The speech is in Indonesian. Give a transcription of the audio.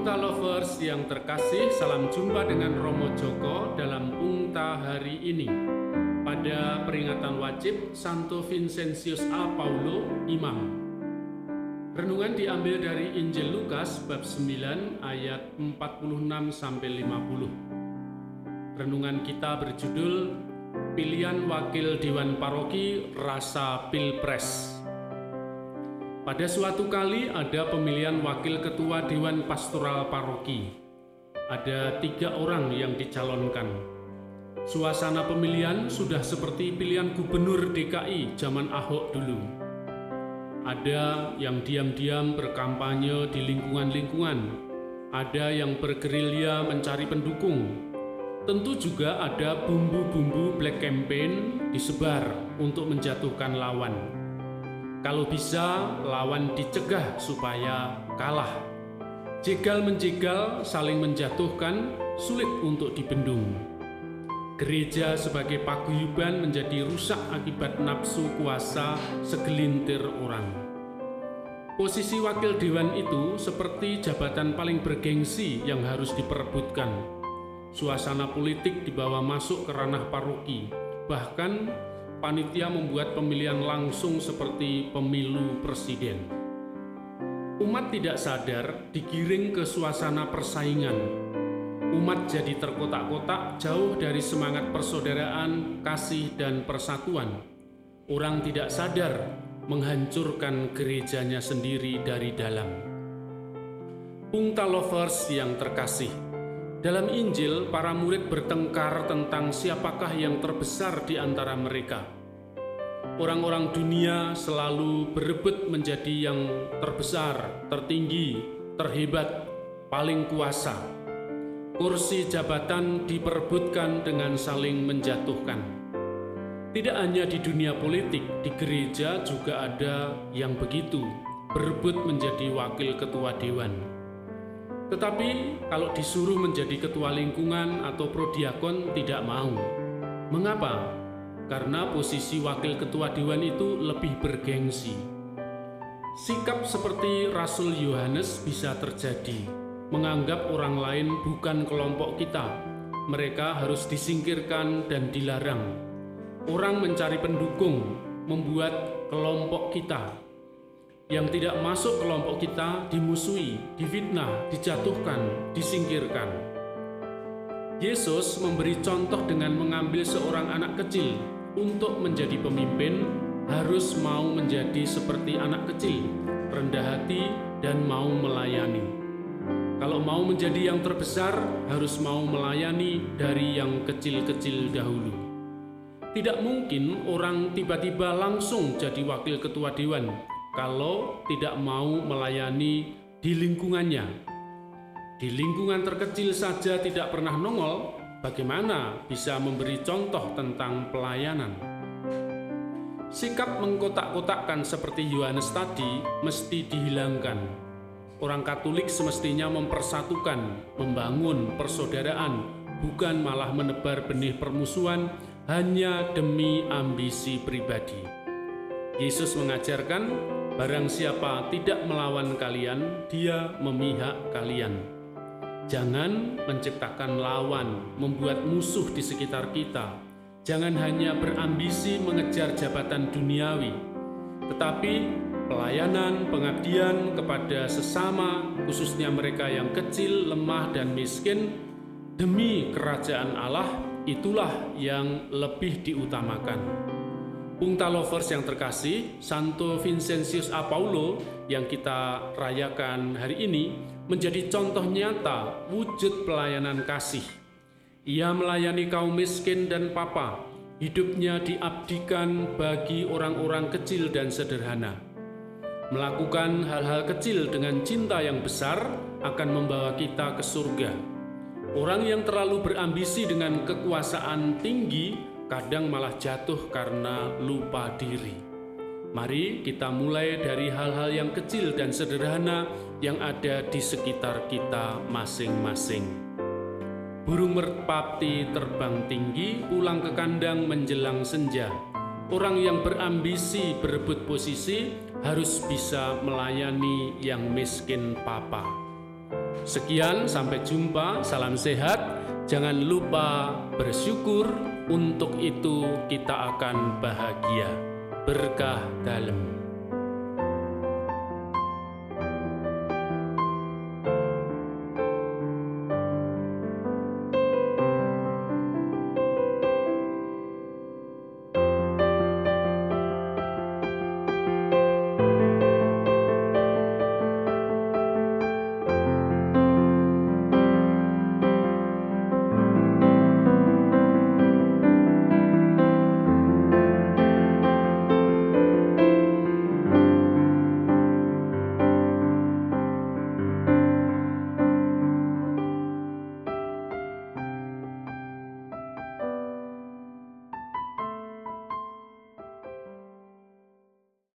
Pungta Lovers yang terkasih, salam jumpa dengan Romo Joko dalam Pungta hari ini. Pada peringatan wajib Santo Vincentius A. Paulo, Imam. Renungan diambil dari Injil Lukas bab 9 ayat 46-50. Renungan kita berjudul Pilihan Wakil Dewan Paroki Rasa Pilpres. Pada suatu kali ada pemilihan wakil ketua Dewan Pastoral Paroki. Ada 3 orang yang dicalonkan. Suasana pemilihan sudah seperti pilihan gubernur DKI zaman Ahok dulu. Ada yang diam-diam berkampanye di lingkungan-lingkungan. Ada yang bergerilya mencari pendukung. Tentu juga ada bumbu-bumbu black campaign disebar untuk menjatuhkan lawan. Kalau bisa, lawan dicegah supaya kalah. Jegal-menjegal, saling menjatuhkan, sulit untuk dibendung. Gereja sebagai paguyuban menjadi rusak akibat nafsu kuasa segelintir orang. Posisi wakil dewan itu seperti jabatan paling bergengsi yang harus diperebutkan. Suasana politik dibawa masuk ke ranah paroki, bahkan panitia membuat pemilihan langsung seperti pemilu presiden. Umat tidak sadar digiring ke suasana persaingan. Umat jadi terkotak-kotak jauh dari semangat persaudaraan, kasih, dan persatuan. Orang tidak sadar menghancurkan gerejanya sendiri dari dalam. Pungta Lovers yang terkasih, dalam Injil, para murid bertengkar tentang siapakah yang terbesar di antara mereka. Orang-orang dunia selalu berebut menjadi yang terbesar, tertinggi, terhebat, paling kuasa. Kursi jabatan diperebutkan dengan saling menjatuhkan. Tidak hanya di dunia politik, di gereja juga ada yang begitu, berebut menjadi wakil ketua dewan. Tetapi kalau disuruh menjadi ketua lingkungan atau prodiakon tidak mau. Mengapa? Karena posisi wakil ketua dewan itu lebih bergengsi. Sikap seperti Rasul Yohanes bisa terjadi, menganggap orang lain bukan kelompok kita. Mereka harus disingkirkan dan dilarang. Orang mencari pendukung, membuat kelompok kita. Yang tidak masuk kelompok kita dimusuhi, difitnah, dijatuhkan, disingkirkan. Yesus memberi contoh dengan mengambil seorang anak kecil untuk menjadi pemimpin, harus mau menjadi seperti anak kecil, rendah hati, dan mau melayani. Kalau mau menjadi yang terbesar, harus mau melayani dari yang kecil-kecil dahulu. Tidak mungkin orang tiba-tiba langsung jadi wakil ketua dewan kalau tidak mau melayani di lingkungannya. Di lingkungan terkecil saja tidak pernah nongol, bagaimana bisa memberi contoh tentang pelayanan? Sikap mengkotak-kotakkan seperti Yohanes tadi mesti dihilangkan. Orang Katolik semestinya mempersatukan, membangun persaudaraan, bukan malah menebar benih permusuhan hanya demi ambisi pribadi. Yesus mengajarkan, barang siapa tidak melawan kalian, dia memihak kalian. Jangan menciptakan lawan, membuat musuh di sekitar kita. Jangan hanya berambisi mengejar jabatan duniawi, tetapi pelayanan, pengabdian kepada sesama, khususnya mereka yang kecil, lemah, dan miskin, demi kerajaan Allah, itulah yang lebih diutamakan. Pungta Lovers yang terkasih, Santo Vincentius A. Paulo yang kita rayakan hari ini menjadi contoh nyata wujud pelayanan kasih. Ia melayani kaum miskin dan papa, hidupnya diabdikan bagi orang-orang kecil dan sederhana. Melakukan hal-hal kecil dengan cinta yang besar akan membawa kita ke surga. Orang yang terlalu berambisi dengan kekuasaan tinggi kadang malah jatuh karena lupa diri. Mari kita mulai dari hal-hal yang kecil dan sederhana yang ada di sekitar kita masing-masing. Burung merpati terbang tinggi, pulang ke kandang menjelang senja. Orang yang berambisi berebut posisi harus bisa melayani yang miskin papa. Sekian, sampai jumpa. Salam sehat. Jangan lupa bersyukur. Untuk itu kita akan bahagia. Berkah dalam.